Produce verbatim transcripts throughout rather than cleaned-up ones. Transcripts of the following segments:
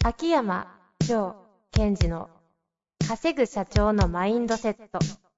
秋山城賢治の稼ぐ社長のマインドセット。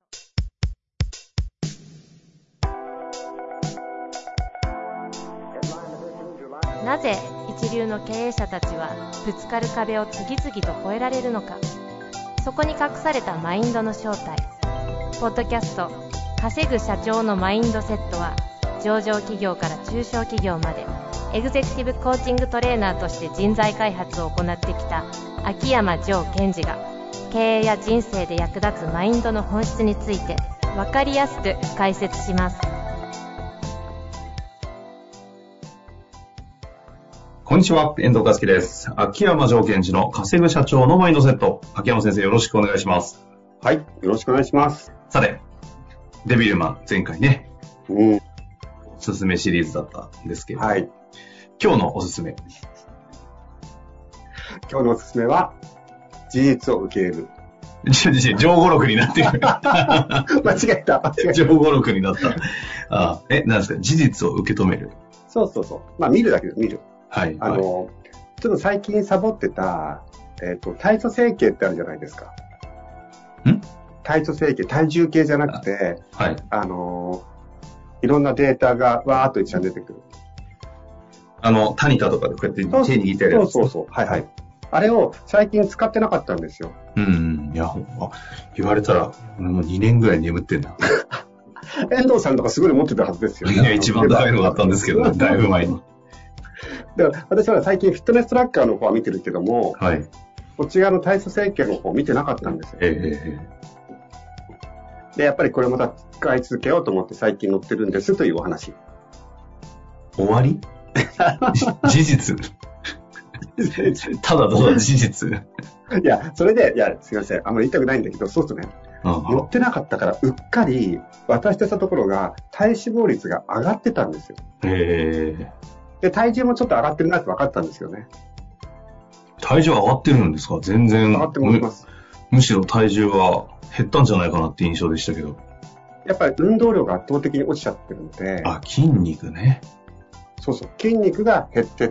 なぜ一流の経営者たちはぶつかる壁を次々と越えられるのか。そこに隠されたマインドの正体。ポッドキャスト稼ぐ社長のマインドセットは、上場企業から中小企業までエグゼクティブコーチングトレーナーとして人材開発を行ってきた秋山城賢治が、経営や人生で役立つマインドの本質について分かりやすく解説します。 こんにちは、遠藤和樹です。秋山城賢治の稼ぐ社長のマインドセット。秋山先生、よろしくお願いします。 はい、よろしくお願いします。 さて、デビルマン前回ね、うん、おすすめシリーズだったんですけれども、はい、今日のおすすめ。 今日のおすすめは、事実を受け入れる。 上語録になってる。 間違えた。間違えた。 上語録になった。あえ、何ですか、事実を受け止める。 そうそうそう。まあ見るだけで見る。 はい。 あの、はい、ちょっと最近サボってた、えっと、体組成計ってあるじゃないですか。 ん体組成計、体重計じゃなくて、 あ、はい。 あの、いろんなデータがわーっと一緒に出てくる。 あの、タニタとかでこうやって手握ってやるやつ。 そうそうそう。はいはい。あれを最近使ってなかったんですよ。 うん。いや、言われたら、もうにねんぐらい眠ってんだ。 遠藤さんとかすごい持ってたはずですよね。 いや、一番高いのだったんですけど、ね、だいぶ前に。 で私は最近フィットネストラッカーの方は見てるけども、 はい。 こっち側の体組成計の方を見てなかったんですよ。 ええで、やっぱりこれまた使い続けようと思って最近載ってるんですというお話。 終わり事実ただただ事実いや、それで、いや、すいません。あんまり言いたくないんだけど、そうするとね、載ってなかったから、うっかり私としたところが体脂肪率が上がってたんですよ。 へえ。 で、体重もちょっと上がってるなって分かったんですよね。 体重上がってるんですか？全然。 上がってます。 む、むしろ体重は減ったんじゃないかなって印象でしたけど。 やっぱり運動量が圧倒的に落ちちゃってるので。 あ、筋肉ね。 そうそう。筋肉が減ってって、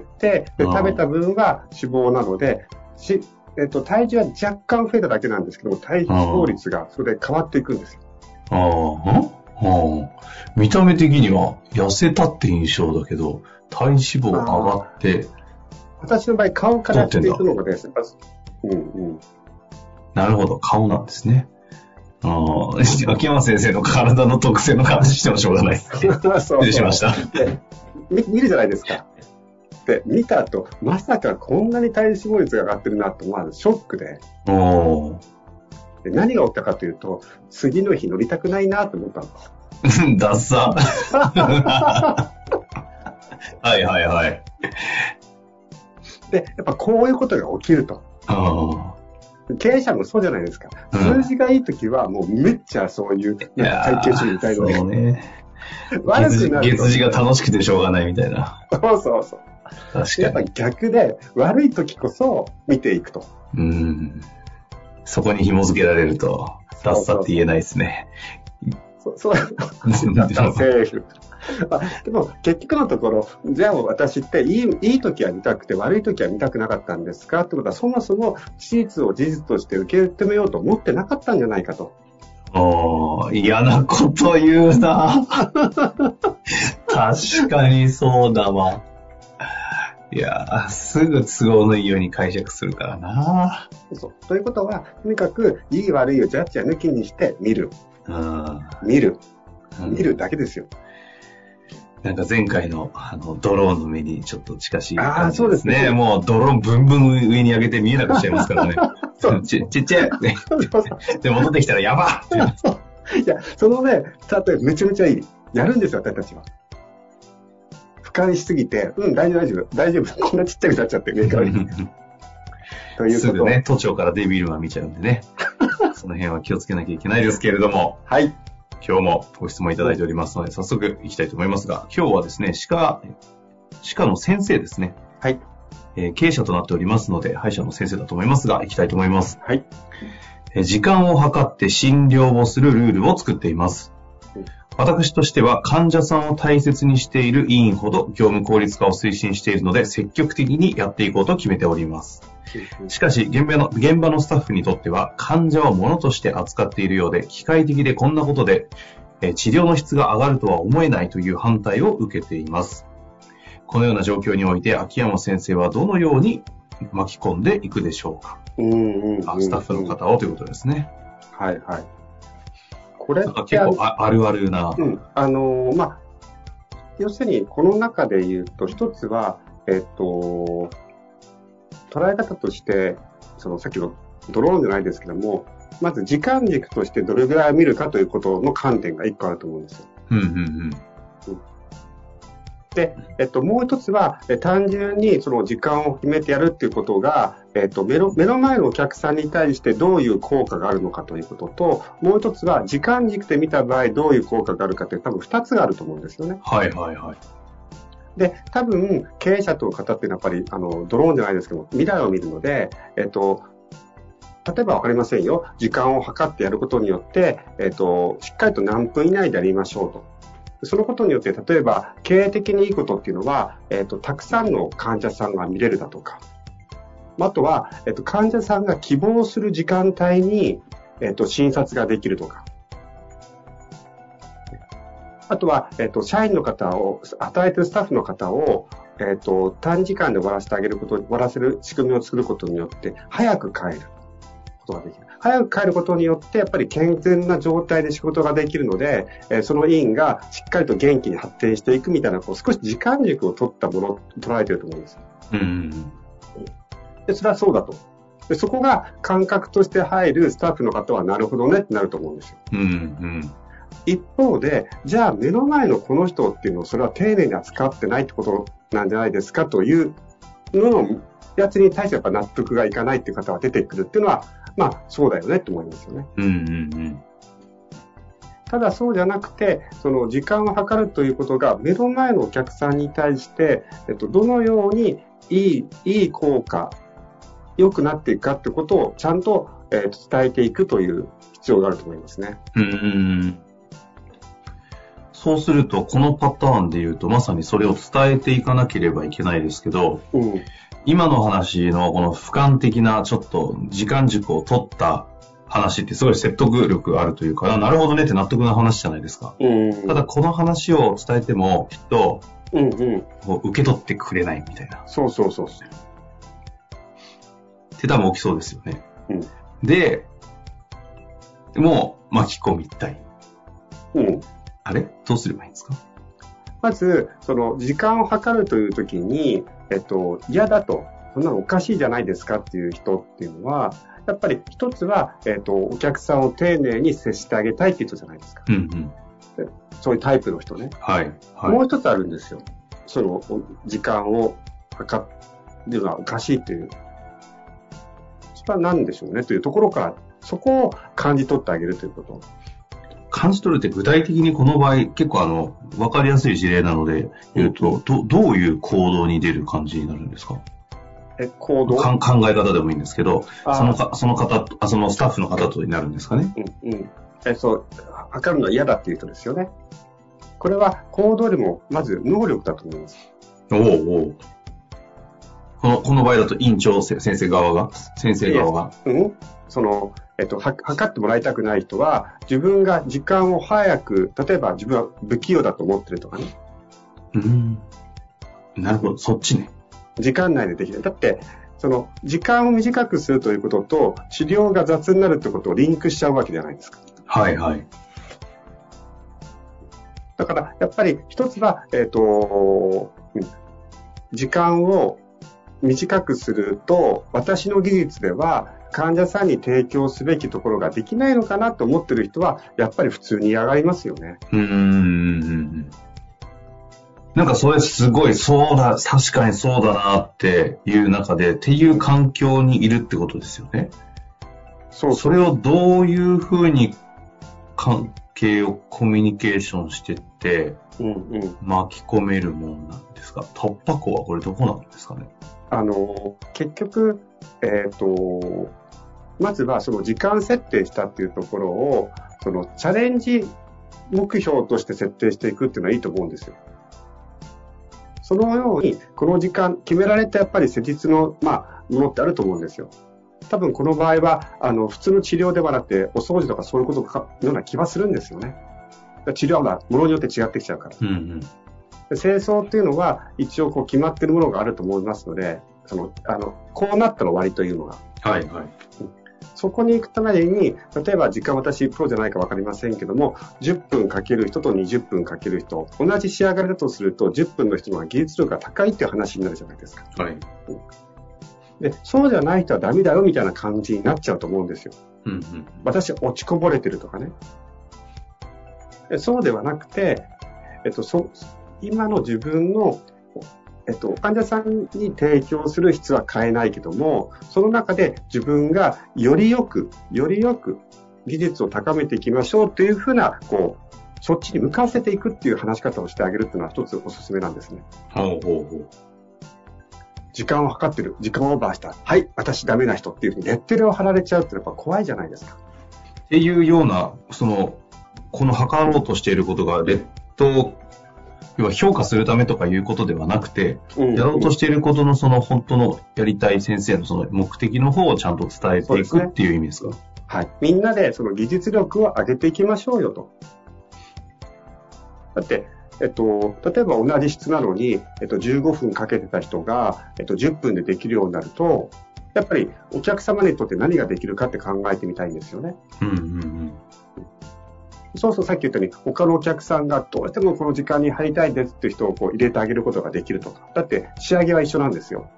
で食べた分は脂肪なので、しえっと、体重は若干増えただけなんですけども、体脂肪率がそれで変わっていくんですよ。 ああ、ああ。見た目的には痩せたって印象だけど、体脂肪上がって。 私の場合、顔からやっていくのがですね、うんうん。 なるほど、顔なんですね。ああ、秋山先生の体の特性の話してもしょうがない。失礼しました。 で見, 見るじゃないですか。で、見た後、まさかこんなに体脂肪率が上がってるなと思わずショックで。 おで何が起きたかというと、次の日乗りたくないなと思ったの。 ダッサ。はいはいはい。 で、やっぱこういうことが起きると。 あ経営者もそうじゃないですか。数字がいいときはもうめっちゃそういう会計主義みたいな。 そうね。悪くなると月次が楽しくてしょうがないみたいな。 そうそうそう。 確かに。 やっぱ逆で悪いときこそ見ていくと。 うん。そこに紐付けられると、ダッサって言えないですね。 そうそう。そうだったらセーフ。でも結局のところ、じゃあ私っていい、いい時は見たくて悪い時は見たくなかったんですかってことは、そもそも事実を事実として受け止めようと思ってなかったんじゃないかと。 おー、嫌なこと言うな。確かにそうだわ。いや、すぐ都合のいいように解釈するからな。 そう。ということは、とにかくいい悪いをジャッジは抜きにして見る。 うん、 見る。見るだけですよ。 なんか前回のあのドローンの目にちょっと近しい感じですね。 ああ、そうですね。 もうドローンブンブン上に上げて見えなくしちゃいますからね。そうち, ちっちゃい。で戻ってきたらやばっいや、そのね、例えめちゃめちゃいい。やるんですよ、私たちは。俯瞰しすぎて、うん、大丈夫、大丈夫、大丈夫。こんなちっちゃくなっちゃって、目からに。ということすぐね、都庁からデビルマン見ちゃうんでね。その辺は気をつけなきゃいけないですけれども。 はい。 今日もご質問いただいておりますので、早速いきたいと思いますが、今日はですね、歯科、歯科の先生ですね。 はい。 えー、経営者となっておりますので、歯医者の先生だと思いますが、いきたいと思います。 はい。 えー、時間を計って診療をするルールを作っています。私としては患者さんを大切にしている医院ほど業務効率化を推進しているので、積極的にやっていこうと決めております。 しかし現場の、現場のスタッフにとっては患者を物として扱っているようで、機械的でこんなことで、えー、治療の質が上がるとは思えないという反対を受けています。このような状況において秋山先生はどのように巻き込んでいくでしょうか。 うんうんうんうん、 あ、スタッフの方をということですね。 はいはい。これって結構 あ, あるあるな。 うん。あのー、まあ、要するにこの中で言うと、一つは、えっと、捉え方として、そのさっきのドローンじゃないですけども、まず時間軸としてどれぐらい見るかということの観点が一個あると思うんですよ。 うんうんうん。 で、えっと、もう一つは、え単純にその時間を決めてやるっていうことが、えっと、目の、目の前のお客さんに対してどういう効果があるのかということと、もう一つは時間軸で見た場合どういう効果があるかという多分二つがあると思うんですよね。 はいはいはい。 で、多分経営者との方っていうのはやっぱり、あの、ドローンじゃないですけども、未来を見るので、えっと、例えばわかりませんよ。時間を計ってやることによって、えっと、しっかりと何分以内でやりましょうと。そのことによって、例えば、経営的にいいことっていうのは、えっと、たくさんの患者さんが見れるだとか、あとは、えっと、患者さんが希望する時間帯に、えっと、診察ができるとか、あとは、えっと、社員の方を、与えているスタッフの方を、えっと、短時間で終わらせてあげること、終わらせる仕組みを作ることによって、早く帰ることができる。早く帰ることによって、やっぱり健全な状態で仕事ができるので、えー、その委員がしっかりと元気に発展していくみたいな、こう少し時間軸を取ったものを捉えていると思うんです。 うん。 で、それはそうだと。で、そこが感覚として入るスタッフの方はなるほどねってなると思うんですよ。 うんうん。 一方で、じゃあ目の前のこの人っていうのをそれは丁寧に扱ってないってことなんじゃないですかというののやつに対してやっぱ納得がいかないっていう方が出てくるっていうのは、まあそうだよねと思いますよね。 うんうんうん。 ただそうじゃなくて、その時間を計るということが目の前のお客さんに対して、えっと、どのようにいい、いい効果、良くなっていくかってことをちゃんと、えー、伝えていくという必要があると思いますね。 うんうん。そうすると、このパターンで言うと、まさにそれを伝えていかなければいけないですけど、 うん、 今の話のこの俯瞰的なちょっと時間軸を取った話ってすごい説得力があるというか、なるほどねって納得な話じゃないですか。 うん、 ただこの話を伝えてもきっと、 うんうん、 こう受け取ってくれないみたいな。 そうそうそう。 って多分起きそうですよね。 うん、 で、でも巻き込みたい。 うん、 あれどうすればいいんですか？ まず、その時間を計るというときに、えっと、嫌だと、そんなのおかしいじゃないですかっていう人っていうのは、やっぱり一つは、えっと、お客さんを丁寧に接してあげたいっていう人じゃないですか。 うんうん。 そういうタイプの人ね。 はい。はい、 もう一つあるんですよ。その、時間を計るのはおかしいっていう。それは何でしょうねというところから、そこを感じ取ってあげるということ。 感じ取るって具体的にこの場合、結構あの、わかりやすい事例なので言うと、ど、どういう行動に出る感じになるんですか？ え、行動？ か考え方でもいいんですけど、そのか、その方、あ、そのスタッフの方とになるんですかね？ うん、うん。え、そう、測るのは嫌だっていう人ですよね。これは行動よりも、まず能力だと思います。 おうおう。この、この場合だと院長先生側が、先生側が。 うん。その、えっと、は、測ってもらいたくない人は、自分が時間を早く、例えば自分は不器用だと思ってるとかね。 うん。なるほど、そっちね。 時間内でできない。だって、その、時間を短くするということと、治療が雑になるってことをリンクしちゃうわけじゃないですか。 はいはい。 だから、やっぱり一つは、えっと、時間を短くすると、私の技術では、患者さんに提供すべきところができないのかなと思ってる人は、やっぱり普通に嫌がりますよね。 うーん。なんかそれすごい、そうだ、確かにそうだなっていう中で、っていう環境にいるってことですよね。 そうそう。 それをどういうふうに関係をコミュニケーションしてって、 うんうん、 巻き込めるもんなんですか？突破口はこれどこなんですかね？ あの、結局、えっと、まずはその時間設定したっていうところを、そのチャレンジ目標として設定していくっていうのはいいと思うんですよ。 そのように、この時間、決められたやっぱり施術の、まあ、ものってあると思うんですよ。多分この場合は、あの、普通の治療ではなくて、お掃除とかそういうことか、ような気はするんですよね。治療はものによって違ってきちゃうから。うんうん、清掃っていうのは、一応こう決まってるものがあると思いますので、その、あの、こうなったら終わりというのが。はいはい。そこに行くために、例えば時間私プロじゃないか分かりませんけども、じゅっぷんかける人とにじゅっぷんかける人、同じ仕上がりだとすると、じゅっぷんの人の方が技術力が高いっていう話になるじゃないですか。はい。で、そうじゃない人はダメだよみたいな感じになっちゃうと思うんですよ。うんうん、私落ちこぼれてるとかね。そうではなくて、えっと、そ今の自分のえっと、患者さんに提供する質は変えないけども、その中で自分がよりよく、よりよく技術を高めていきましょうというふうな、こう、そっちに向かわせていくっていう話し方をしてあげるっていうのは一つおすすめなんですね。ほうほうほう。時間を計ってる、時間をオーバーした。はい、私ダメな人っていうふうにレッテルを貼られちゃうってやっぱ怖いじゃないですか。 っていうような、その、この測ろうとしていることが劣等要は評価するためとかいうことではなくて、うんうん、やろうとしていることのその本当のやりたい先生のその目的の方をちゃんと伝えていくっていう意味ですか？ そうですね。はい。みんなでその技術力を上げていきましょうよと。だって、えっと、例えば同じ質なのに、えっと、じゅうごふんかけてた人が、えっと、じゅっぷんでできるようになると、やっぱりお客様にとって何ができるかって考えてみたいんですよね。うんうんうん。そうそう、さっき言ったように、他のお客さんがどうしてもこの時間に入りたいですっていう人をこう入れてあげることができるとか。だって仕上げは一緒なんですよ。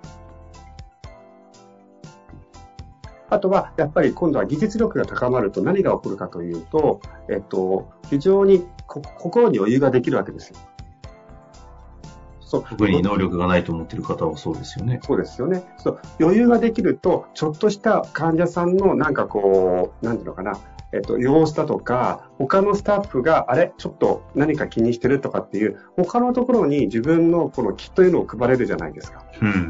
あとは、やっぱり今度は技術力が高まると何が起こるかというと、えっと、非常に心に余裕ができるわけですよ。 そう。特に能力がないと思っている方はそうですよね。 そうですよね。そう。余裕ができると、ちょっとした患者さんのなんかこう、なんていうのかな、えっと、様子だとか、他のスタッフが、あれちょっと何か気にしてるとかっていう、他のところに自分のこの気というのを配れるじゃないですか。うんうんうん、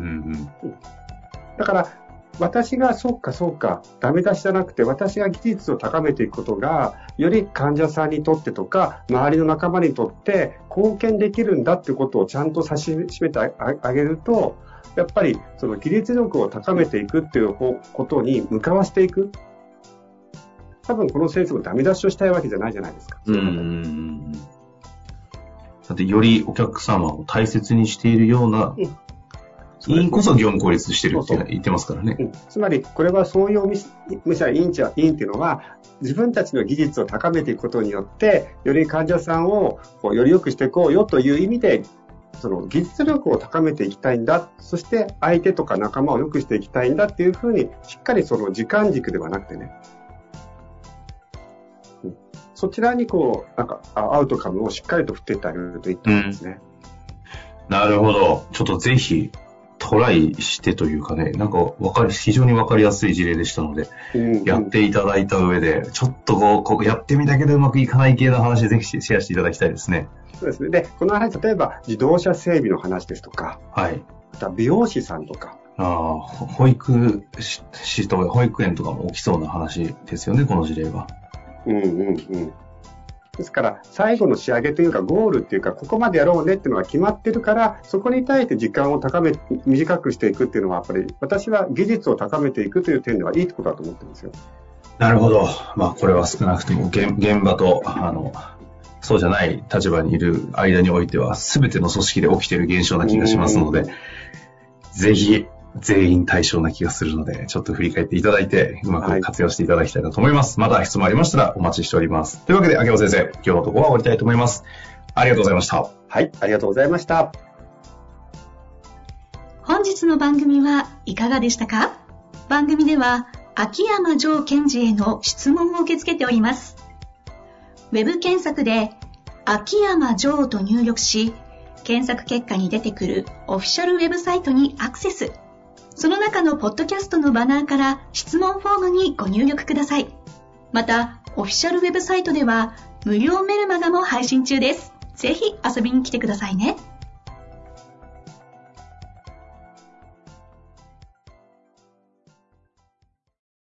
だから、私がそうかそうか、ダメ出しじゃなくて、私が技術を高めていくことが、より患者さんにとってとか、周りの仲間にとって貢献できるんだっていうことをちゃんと指し示めてあげると、やっぱりその技術力を高めていくっていうことに向かわせていく。多分この先生もダメ出しをしたいわけじゃないじゃないですか。うん。 だってよりお客様を大切にしているような、うん委員こそ業務効率してるって言ってますからね。 うん、つまり、これはそういうむしろ委員長、委員っていうのは、自分たちの技術を高めていくことによって、より患者さんをこうより良くしていこうよという意味で、その技術力を高めていきたいんだ。そして相手とか仲間を良くしていきたいんだっていうふうに、しっかりその時間軸ではなくてね、うん、そちらにこう、なんかアウトカムをしっかりと振っていってあげるといいと思うんですね。 うん、なるほど。ちょっとぜひ、トライしてというかね、なんかわかり、非常にわかりやすい事例でしたので、うんうん、やっていただいた上で、ちょっとこう、こうやってみたけどうまくいかない系の話でぜひシェアしていただきたいですね。 そうですね。で、この話、例えば自動車整備の話ですとか、はい。また美容師さんとか、 ああ、保育士とか保育園とかも起きそうな話ですよね、この事例は。 うんうんうん。ですから、最後の仕上げというか、ゴールっていうか、ここまでやろうねっていうのが決まってるから、そこに対して時間を高め、短くしていくっていうのは、やっぱり、私は技術を高めていくという点ではいいことだと思ってるんですよ。 なるほど。まあ、これは少なくとも現、現場と、あの、そうじゃない立場にいる間においては、すべての組織で起きている現象な気がしますので、ぜひ、全員対象な気がするので、ちょっと振り返っていただいて、うまく活用していただきたいなと思います。はい、また質問ありましたらお待ちしております。というわけで、秋山先生、今日のところは終わりたいと思います。ありがとうございました。 はい、ありがとうございました。 本日の番組はいかがでしたか？番組では、秋山城賢治への質問を受け付けております。ウェブ検索で、秋山城と入力し、検索結果に出てくるオフィシャルウェブサイトにアクセス。その中のポッドキャストのバナーから質問フォームにご入力ください。また、オフィシャルウェブサイトでは無料メルマガも配信中です。ぜひ遊びに来てくださいね。